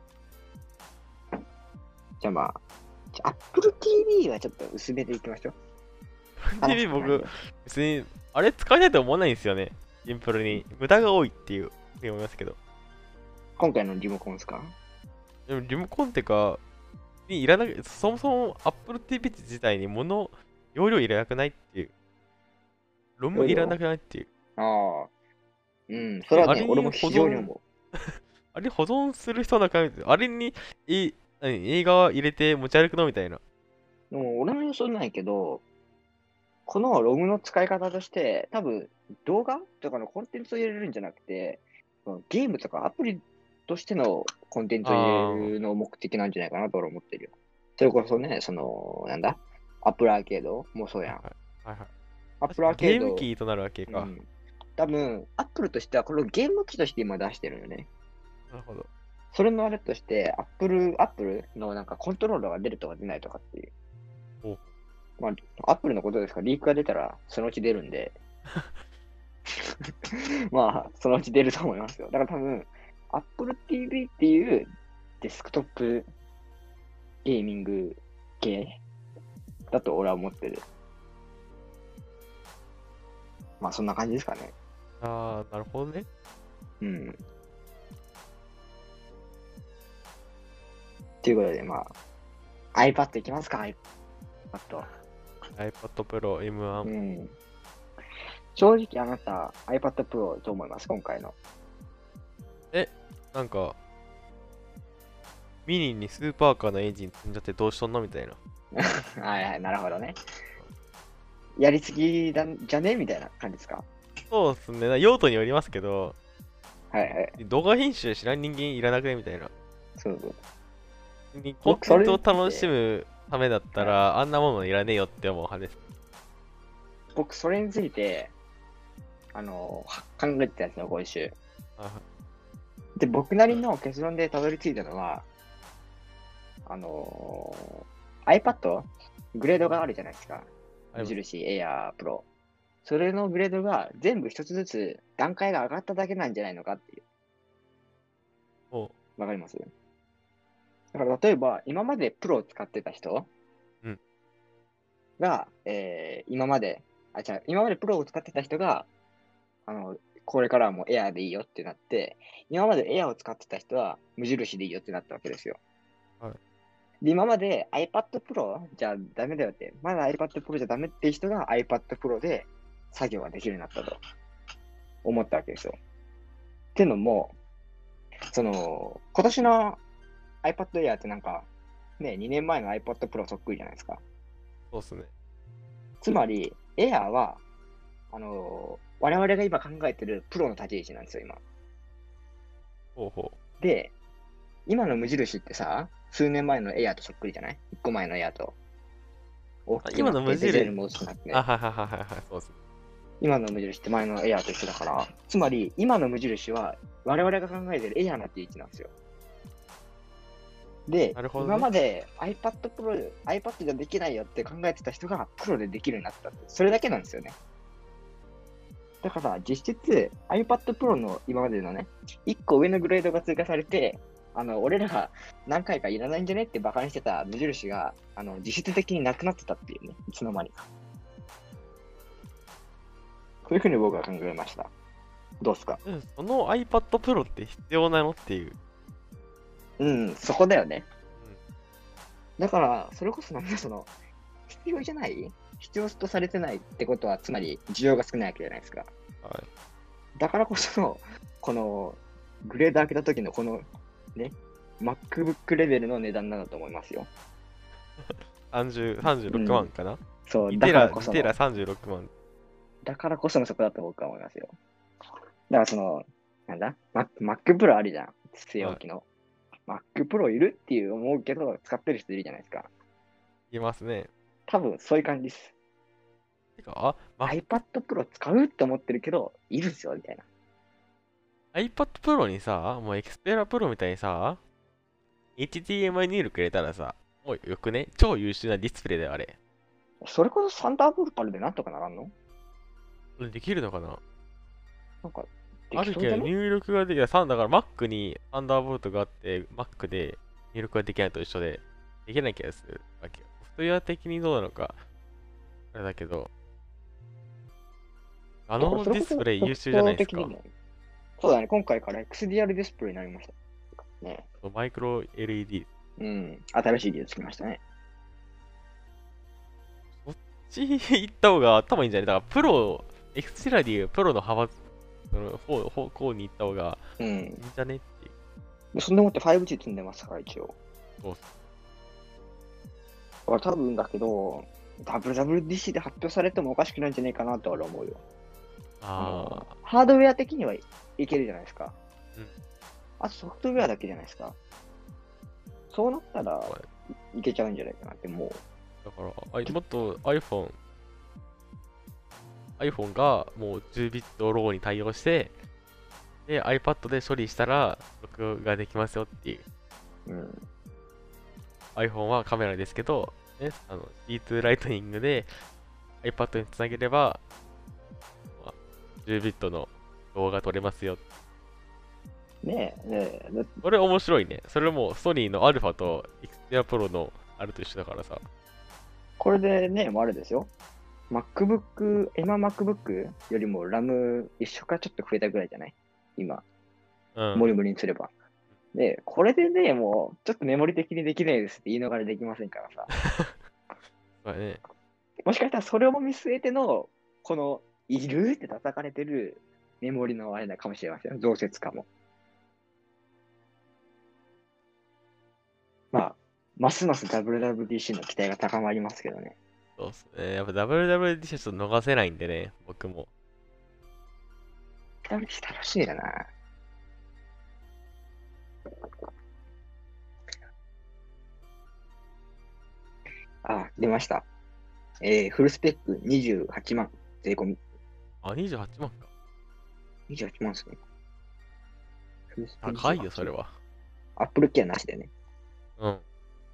じゃあまあ、じゃあ Apple ティーブイ はちょっと薄めでいきましょう。 な？ ティーブイ 僕、別に、あれ使いたいと思わないんですよね。シンプルに。無駄が多いっていうふうに思いますけど。 今回のリモコンですか？ でも、リモコンってか、にいらなく、そもそも Apple ティーブイ 自体に物、容量いらなくないっていう。ロムいらなくないっていう。 ああ、うん、そえ、 れはね、 あれに俺も保存、 非常に思あれ保存する人なんか、あれに、え、何映画入れて持ち歩くのみたいな。 う。でも俺の予想ないけど、このロムの使い方として、多分動画とかのコンテンツを入れるんじゃなくて、ゲームとかアプリとしてのコンテンツを入れあるのを目的なんじゃないかなと俺は思ってるよ。それこそね、その、なんだ、アップルアーケードもそうあ、はやん。 いはい。はいはい。 アップルアー確かにゲームケード、 機となるわけか。 うん。多分、アップルとしてはこれをゲーム機として今出してるよね。 なるほど。 それのあれとして、アップル、アップルのなんかコントローラーが出るとか出ないとかっていう。 おう。 まあ、アップルのことですから、リークが出たらそのうち出るんで、 まあ、そのうち出ると思いますよ。だから多分、Apple ティーブイ っていうデスクトップゲーミング系だと俺は思ってる。まあ、そんな感じですかね。 ああ、なるほどね。 うん。ということで、まあ、iPad いきますか、iPad。 iPad Pro エムワン。 うん。正直あなた、iPad Pro どう思います今回の。 え、なんか、ミニにスーパーカーのエンジン積んじゃってどうしとんのみたいな。 はいはい、なるほどね。やりすぎだんじゃねみたいな感じですか。 そうっすね。な用途によりますけど、 はいはい。 動画編集知らん人間いらなくねみたいな。 そうそう。 コンテ僕、そンツをれについて楽しむためだったら、あんなものいらねえよって思う派です。 僕、それについて、あの、考えてたんですよ、今週。 あで、僕なりの結論でたどり着いたのは、あのー iPad、グレードがあるじゃないですか。 あります無印、Air、Pro。それのグレードが全部一つずつ段階が上がっただけなんじゃないのかっていう。 おうわかります？だから例えば、今までプロを使ってた人うんが、えー今まで、あ、違う、今までプロを使ってた人が、あの、これからはもうエアーでいいよってなって、今までエアーを使ってた人は無印でいいよってなったわけですよ。 はいで、今まで iPad Pro じゃダメだよって、まだ iPad Pro じゃダメっていう人が iPad Pro で作業ができるようになったと思ったわけですよ。っていうのも、その、今年の iPad Air ってなんか、ね、にねんまえの iPad Pro そっくりじゃないですか。 そうっすね。 つまり、Air は、あのー我々が今考えてるプロの立ち位置なんですよ、今。 ほうほで、今の無印ってさ、数年前の Air とそっくりじゃない？ いっ 個前の Air と。大う。あきく今なってベゼの無印、 ルも薄くなってあ、 ね。 はいはいはいはいはい、そうっすね。 今の無印って前の Air と一緒だから、つまり今の無印は我々が考えてる Air なっていう位置なんですよ。で、 なるほどね今まで iPad Pro、iPad じゃできないよって考えてた人がプロでできるようになったって。それだけなんですよね。だから実質 iPad Pro の今までのね、いっこ上のグレードが追加されて、あの、俺らが何回かいらないんじゃねってバカにしてた無印が、あの、実質的になくなってたっていうね、いつの間にか。こういうふうに僕は考えました。どうっすか？ うんその iPad Pro って必要なのっていう。 うん、そこだよね。だから、それこそなんかその、必要じゃない必要とされてないってことは、つまり需要が少ないわけじゃないですか。 はい。 だからこその、この、グレード開けた時のこの、ね、MacBook レベルの値段なんだと思いますよ。 さんじゅう、さんじゅうろくまんかな、 そう、 ?にだテラ、にからこその、 テラさんじゅうろくまん。 だからこそのそこだと僕は思いますよ。だからその、なんだ Mac, Mac Pro あるじゃん。据え置きの。Mac Pro いるっていう思うけど、使ってる人いるじゃないですか。 いますね。 多分そういう感じです。 てか、あ、ま、 iPad Pro 使うって思ってるけど、いるんすよ、みたいな。 iPad Pro にさ、もう Xperia Pro みたいにさ、エイチディーエムアイ 入力入れたらさ、もうよくね、超優秀なディスプレイだよ、あれ。 それこそサンダーボルトあるでなんとかならんの？ これできるのかななんか、であるけどきそうじゃね？ 入力ができない。さんだから Mac にサンダーボルトがあって、Mac で入力ができないと一緒で、できない気がするわけよ。ソフトウェア的にどうなのか、あれだけど、あのディスプレイ優秀じゃないですか。 ソフト的にもそうだね、今回から エックスディーアール ディスプレイになりました。ね。 マイクロ エルイーディー。 うん、新しい技術つきましたね。 そっち行った方が頭いいんじゃない？だからプロ、エクステラでいうプロの派閥、その方方向に行った方がうん。 いいんじゃねっていう。 でそんでもって ファイブジー 積んでますから、一応。 そうっす。 だから多分だけど、ダブリューダブリューディーシー で発表されてもおかしくないんじゃないかなと俺は思うよ。ああのハードウェア的にはいけるじゃないですか。 うんあとソフトウェアだけじゃないですか。そうなったらはいけちゃうんじゃないかなってもう。 だから、あもっと iPhone、iPhone がもうじゅうビットローに対応して、で、iPad で処理したら録画できますよっていう。 うん。 iPhone はカメラですけど、ね、あの シーツー ライトニングで iPad につなげれば、まあじゅうビットの動画撮れますよ。 ねえ、ねえ、だこれ面白いね。それもソニーのアルファと Xperia Pro のあれと一緒だからさ。 これでね、もうあれですよ。MacBook、今 MacBook よりも RAM 一緒かちょっと増えたぐらいじゃない今、 うん。 モリモリにすれば。で、これでね、もう、ちょっとメモリ的にできないですって言い逃れできませんからさ。 そうだね。 もしかしたらそれを見据えての、この、いるって叩かれてるメモリのあれだかもしれません。増設化も。まあ、ますます ダブリューダブリューディーシー の期待が高まりますけどね。 そうっすね。やっぱ ダブリューダブリューディーシー ちょっと逃せないんでね、僕も。 ダブリューダブリューディーシー 楽しいよな。あ、出ました。えー、フルスペックにじゅうはちまん、税込み。 あ、にじゅうはちまんか。 にじゅうはちまんですね。フルスペック高いよ、それは。 アップルケアなしでね。 うん。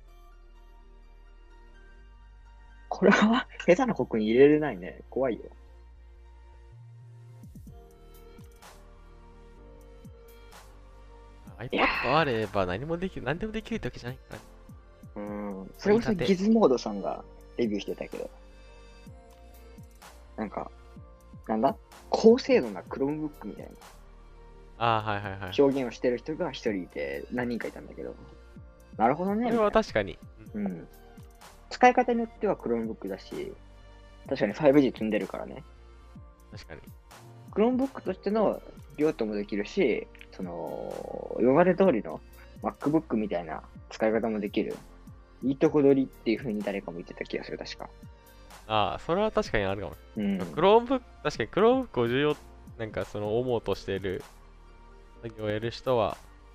これは下手なコックに入れれないね。怖いよ。いや iPad あれば何もできる、何でもできるってわけじゃないからね。 うん。それこそギズモードさんがレビューしてたけど。なんか、なんだ高精度な Chromebook みたいああ、はいはいはい。 な表現をしてる人が一人いて何人かいたんだけど。なるほどね。 これはみたい確かに。 なうん。使い方によっては Chromebook だし、確かに ファイブジー 積んでるからね。 確かに。 Chromebook としての用途もできるし、その、今まで通りの MacBook みたいな使い方もできる。いいとこ取りっていう風に誰かも言ってた気がする、確か。 ああ、それは確かにあるかも。 うん。 Chromebook、確かに Chromebook を重要、なんかその思うとしている作業をやる人は、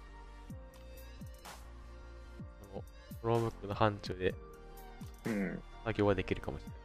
その Chromebook の範疇でうん。 作業はできるかもしれない。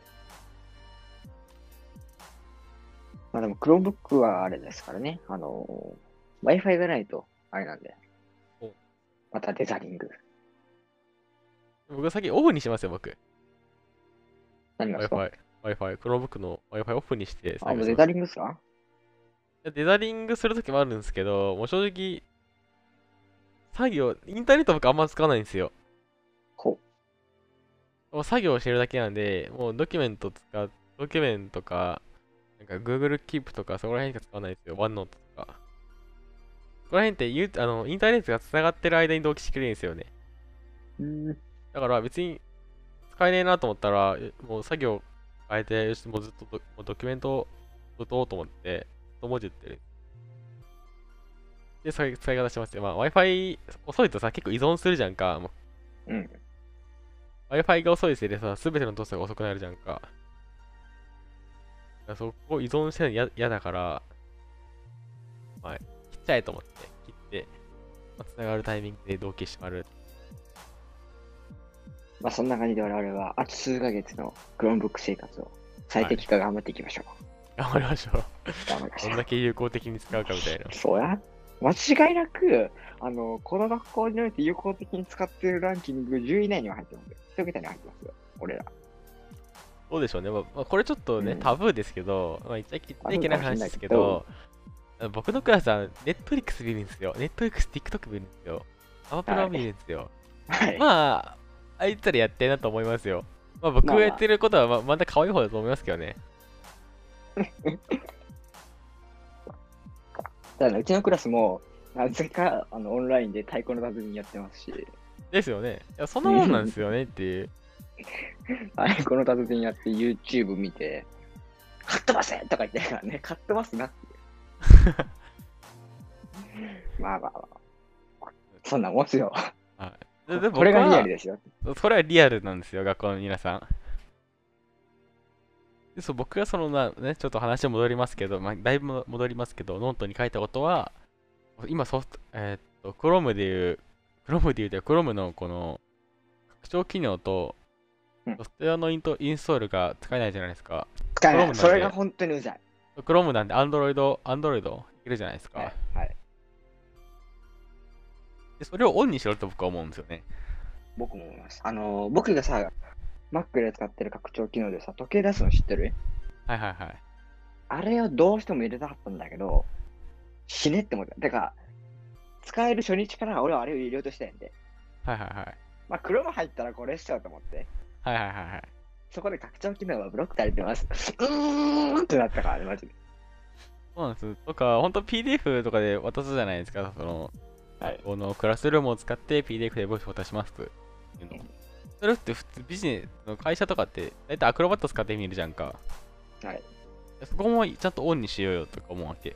まあでも Chromebook はあれですからね。あのー、Wi-Fi がないと、あれなんでお。 またデザリング。 僕は先オフにしますよ、僕。 何がですか Wi-Fi。Wi-Fi。Chromebook の Wi-Fi オフにしてあ、もうデ作業します。 ザリングっすかいやデザリングするときもあるんですけど、もう正直、作業、インターネット僕あんま使わないんですよ。 ほもう作業してるだけなんで、もうドキュメント使う、ドキュメントか、なんか Google Keep とかそこら辺しか使わないですよ。OneNote とか。そこら辺って言うあのインターネットが繋がってる間に同期してくれるんですよね。 う。うん。 だから別に使えねえなと思ったら、えもう作業変えて、よし、もうずっとドもうドキュメントを打とうと思って、ずっと文字打ってる。で、そういう使い方しますよ。まあ Wi-Fi 遅いとさ、結構依存するじゃんか。もうん。 う Wi-Fi が遅いせいでさ、すべての動作が遅くなるじゃんか。だからそこを依存してるの嫌嫌だから、まあ、切っちゃえと思って、切って、まあ、繋がるタイミングで同期してまる。 まあそんな感じで我々はあと数ヶ月の Chromebook 生活を最適化頑張っていきましょう。 頑張りましょう。 頑張りましょう。 どんだけ有効的に使うかみたいな。 そうや。間違いなく、あの、この学校において有効的に使っているランキングじゅうい以内には入ってますよ。一桁には入ってますよ。俺ら。 どうでしょうね。まあ、まあこれちょっとね、 うんタブーですけど、まあ、言っちゃいけいけない話ですけど、僕のクラスは、ネットフリックス見るんですよ。ネットフリックス、TikTok 見るんですよ。アマプラを見るんですよ。 はい。 まあ、あいつらやってんなと思いますよ。まあ僕がやってることはままだ可愛い方だと思いますけどね。 ただね、うちのクラスも、なぜかあのオンラインで太鼓の達人やってますし、 ですよね。いや、そんなもんなんですよねっていう。 太鼓の達人やって YouTube 見て、カットバスとか言ってるからね、カットバスなっていう。まあまあまあ、そんなもんすよ。 はいででこれがリアル僕ですよ。 はこれはリアルなんですよ、学校の皆さん。でそう僕がそのな、ね、ちょっと話戻りますけど、まあ、だいぶ戻りますけど、ノートに書いたことは、今ソフト、えーっと、Chrome でいう、Chrome でいうと、Chrome のこの拡張機能とうんソフトウェアのイントインストールが使えないじゃないですか。 使えな Chrome い。 なんでそれが本当にうざい。 Chrome なんで Android、Android いるじゃないですか。 はい。はい、 でそれをオンにしろと僕は思うんですよね。 僕も思います。あのー、僕がさ、Mac で使ってる拡張機能でさ、時計出すの知ってるはいはいはい。 あれをどうしても入れたかったんだけど、死ねって思った。てか、使える初日から俺はあれを入れようとしたんで。 はいはいはい。 まあ、黒も入ったらこれしちゃうと思って。 はいはいはいはい。 そこで拡張機能はブロックされてます。うーんってなったからね、マジで。 そうなんです。とか、本当 ピーディーエフ とかで渡すじゃないですか。その、 はい。 このクラスルームを使って ピーディーエフ でボイスを渡しますっていうの。それって普通ビジネスの会社とかって、だいたいアクロバット使ってみるじゃんか。 はい。 そこもちゃんとオンにしようよとか思うわけ。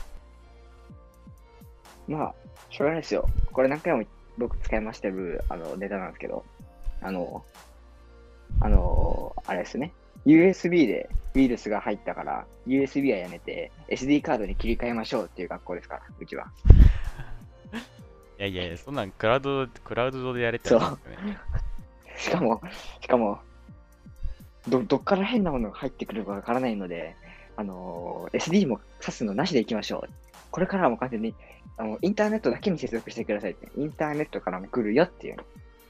まあ、しょうがないですよ。これ何回も僕使いましてるあのネタなんですけど、あの、あの、あれですね。ユーエスビー でウイルスが入ったから、ユーエスビー はやめて エスディー カードに切り替えましょうっていう学校ですから、うちは。 いやいやいや、そんなんクラウド、クラウド上でやれって話ですよね。 しかも、しかも、ど、どっから変なものが入ってくるかわからないので、あの、エスディー も挿すのなしでいきましょう。これからはもう完全に、あの、インターネットだけに接続してくださいって。インターネットからも来るよっていう。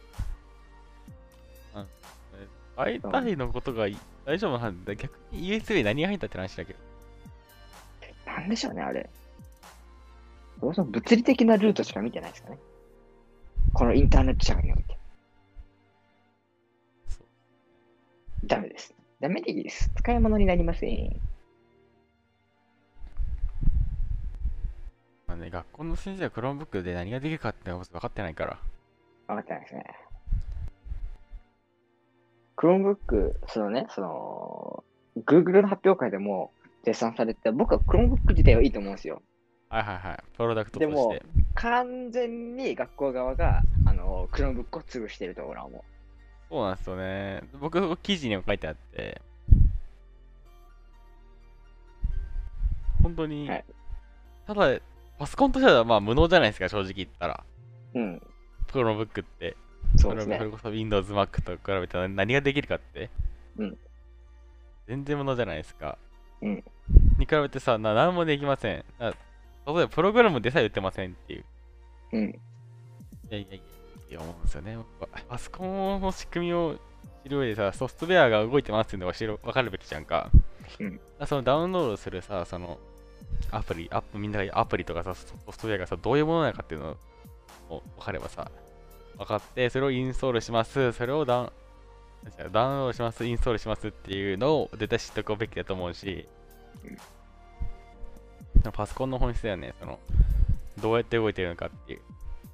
大体のことがい大丈夫なんだ。逆に ユーエスビー 何が入ったって話だけど。 なんでしょうね、あれ。そもそも物理的なルートしか見てないですかね。このインターネット社会において。 そう。 ダメです。ダメでいいです。使い物になりません。 まあね、学校の先生は Chromebook で何ができるかって分かってないから。 分かってないですね。Chromebook、そのね、その、Google の発表会でも絶賛されてた、僕は Chromebook 自体はいいと思うんですよ。 はいはいはい。プロダクトでも、 として。 完全に学校側が、あの、Chromebook を潰しているところは思う。 そうなんですよね。僕、記事にも書いてあって、本当に、 はい。 ただ、パソコンとしてはまあ無能じゃないですか、正直言ったら。 うん。 Chromebook って。それそうですね。 それこそ Windows、Mac と比べたら何ができるかって。 うん。 全然無能じゃないですか。 うん。 に比べてさ、な何もできません。な例えば、プログラムでさえ打ってませんっていう。 うん。 いやいやいや、いや思うんですよね。僕はパソコンの仕組みを知る上でさ、ソフトウェアが動いてますっていうのが知る分かるべきじゃんか。 うん。 そのダウンロードするさ、そのアプリ、アップ、みんながアプリとかさ、ソフトウェアがさ、どういうものなのかっていうのを分かればさ、分かって、それをインストールします、それをダウン、ダウンロードします、インストールしますっていうのを絶対知っておくべきだと思うし、パソコンの本質だよね、その、どうやって動いてるのかっていう。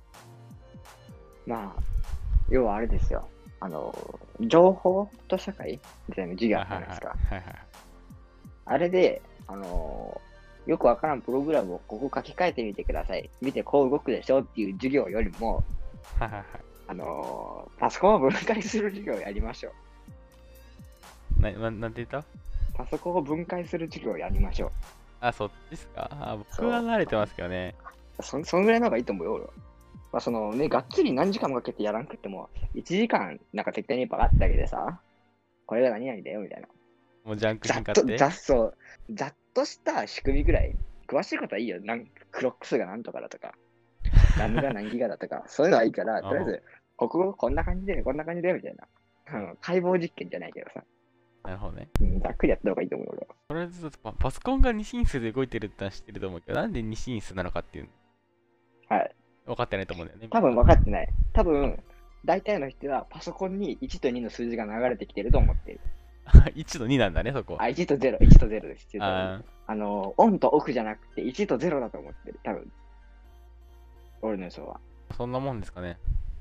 まあ、要はあれですよ。あの、情報と社会みたいな授業あったじゃないですか。 はいはいはい。 あれで、あのよくわからんプログラムをここ書き換えてみてください。見てこう動くでしょっていう授業よりも、 はいはいはい。 あのパソコンを分解する授業をやりましょう。 な、ななんて言った？ パソコンを分解する授業をやりましょあ、そっちですか？あ、僕そうは慣れてますけどね。 う。そ、そのぐらいの方がいいと思うよ、俺は。まあ、そのね、がっつり何時間もかけてやらんくっても、いちじかんなんか絶対にバカってだけでさ、これが何々だよみたいな。 もうジャンクざっと、 品買って。 ざっそう、ざっとした仕組みぐらい、詳しいことはいいよ。なんクロック数がなんとかだとか、ラムが何ギガだとか、そういうのはいいから、とりあえず、こここんな感じで、こんな感じで、みたいな。あの解剖実験じゃないけどさ、 なるほどね。 うん、ざっくりやった方がいいと思うよ、俺は。 それずっとパパソコンがに進数で動いてるってのは知ってると思うけど、なんでに進数なのかっていうはい。 の分かってないと思うんだよね。 多分分かってない。多分、大体の人はパソコンにいちとにの数字が流れてきてると思っている。 いちとになんだね、そこ。 あ、いちとゼロ、いちとゼロです。いちとゼロああの、オンとオフじゃなくていちとゼロだと思ってる。多分、俺の予想は。 あ、そんなもんですかね。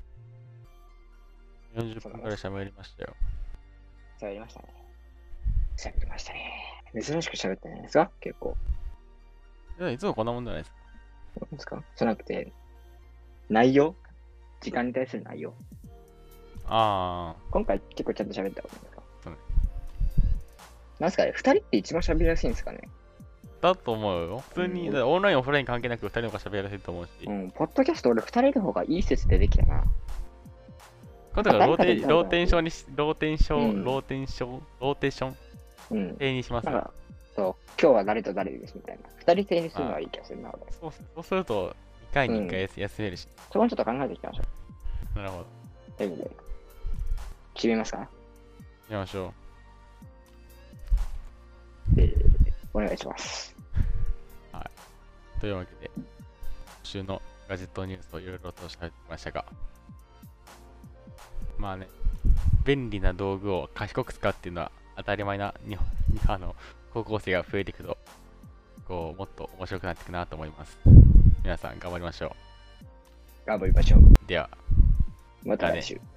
よんじゅっぷんくらい喋りましたよ。 喋りましたね。喋りましたね。珍しく喋ってないですか結構。 いやいつもこんなもんじゃないですか。 どうですかじゃなくて、内容時間に対する内容あ今回結構ちゃんと喋ったことですかそうねなんすかね二人って一番喋りやすいんですかねあ。だと思うよ。普通に、 うんだからオンライン、オフライン関係なくふたりの方が喋りやすいと思うし。 うん、ポッドキャスト俺二人いる方がいい説でできたな。 これだからローテ誰かでローテンションにし、ローテンション、 うんローテンション、ローテーションうん。 制にしますよ。 なんか、そう、今日は誰と誰ですみたいな。二人制にするのはいい気がするな、俺。 そうすそうすると、にかいにいっかい休休めるし。 そこもちょっと考えていきましょう。 なるほど。 という意味で。決めますか行きましょう。 えーお願いします。 はい。というわけで、今週のガジェットニュースをいろいろと喋ってきましたが、まあね、便利な道具を賢く使うっていうのは当たり前な日本あの高校生が増えていくと、こうもっと面白くなっていくなと思います。皆さん頑張りましょ頑張りましょう。 う。では、 また来週。